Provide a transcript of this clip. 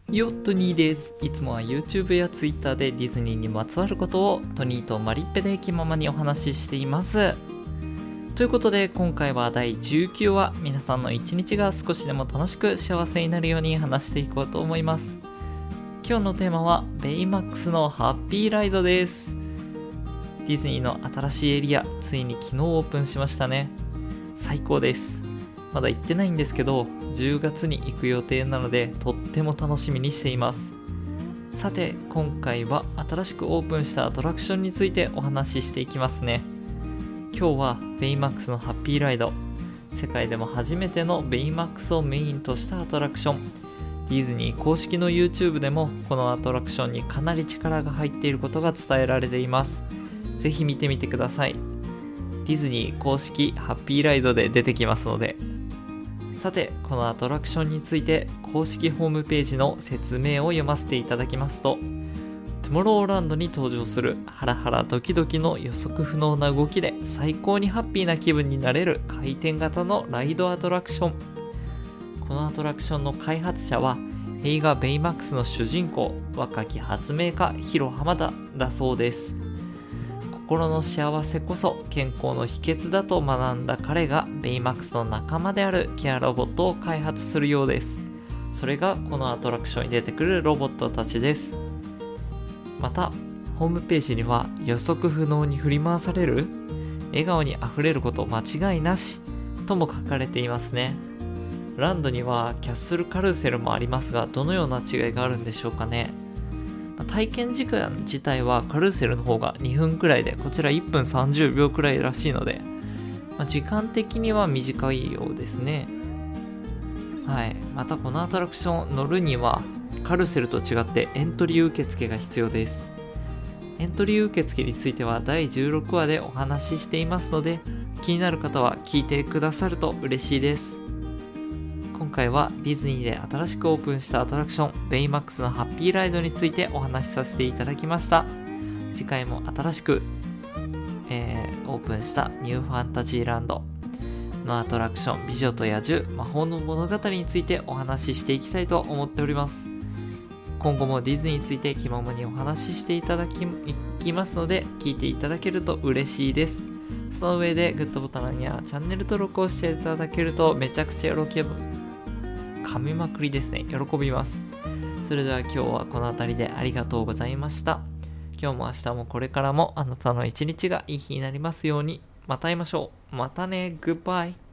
トニーです。いつもは YouTube や Twitter でディズニーにまつわることをトニーとマリッペで気ままにお話ししています。ということで今回は第19話、皆さんの一日が少しでも楽しく幸せになるように話していこうと思います。今日のテーマはベイマックスのハッピーライドです。ディズニーの新しいエリア、ついに昨日オープンしましたね。最高です。まだ行ってないんですけど、10月に行く予定なのでとっても楽しみにしています。さて今回は新しくオープンしたアトラクションについてお話ししていきますね。今日はベイマックスのハッピーライド、世界でも初めてのベイマックスをメインとしたアトラクション。ディズニー公式の YouTube でもこのアトラクションにかなり力が入っていることが伝えられています。ぜひ見てみてください。ディズニー公式ハッピーライドで出てきますので。さてこのアトラクションについて公式ホームページの説明を読ませていただきますと、トゥモローランドに登場するハラハラドキドキの予測不能な動きで最高にハッピーな気分になれる回転型のライドアトラクション。このアトラクションの開発者は映画ベイマックスの主人公、若き発明家ヒロ浜田だそうです。心の幸せこそ健康の秘訣だと学んだ彼がベイマックスの仲間であるケアロボットを開発するようです。それがこのアトラクションに出てくるロボットたちです。またホームページには予測不能に振り回される、笑顔にあふれること間違いなしとも書かれていますね。ランドにはキャッスルカルーセルもありますが、どのような違いがあるんでしょうかね。体験時間自体はカルーセルの方が2分くらいで、こちら1分30秒くらいらしいので、時間的には短いようですね。はい。またこのアトラクション乗るにはカルーセルと違ってエントリー受付が必要です。エントリー受付については第16話でお話ししていますので、気になる方は聞いてくださると嬉しいです。今回はディズニーで新しくオープンしたアトラクションベイマックスのハッピーライドについてお話しさせていただきました。次回も新しく、オープンしたニューファンタジーランドのアトラクション美女と野獣魔法の物語についてお話ししていきたいと思っております。今後もディズニーについて気ままにお話ししていきますので、聞いていただけると嬉しいです。その上でグッドボタンやチャンネル登録をしていただけるとめちゃくちゃ噛みまくりですね。喜びます。それでは今日はこの辺りでありがとうございました。今日も明日もこれからもあなたの一日がいい日になりますように。また会いましょう。またね。グッバイ。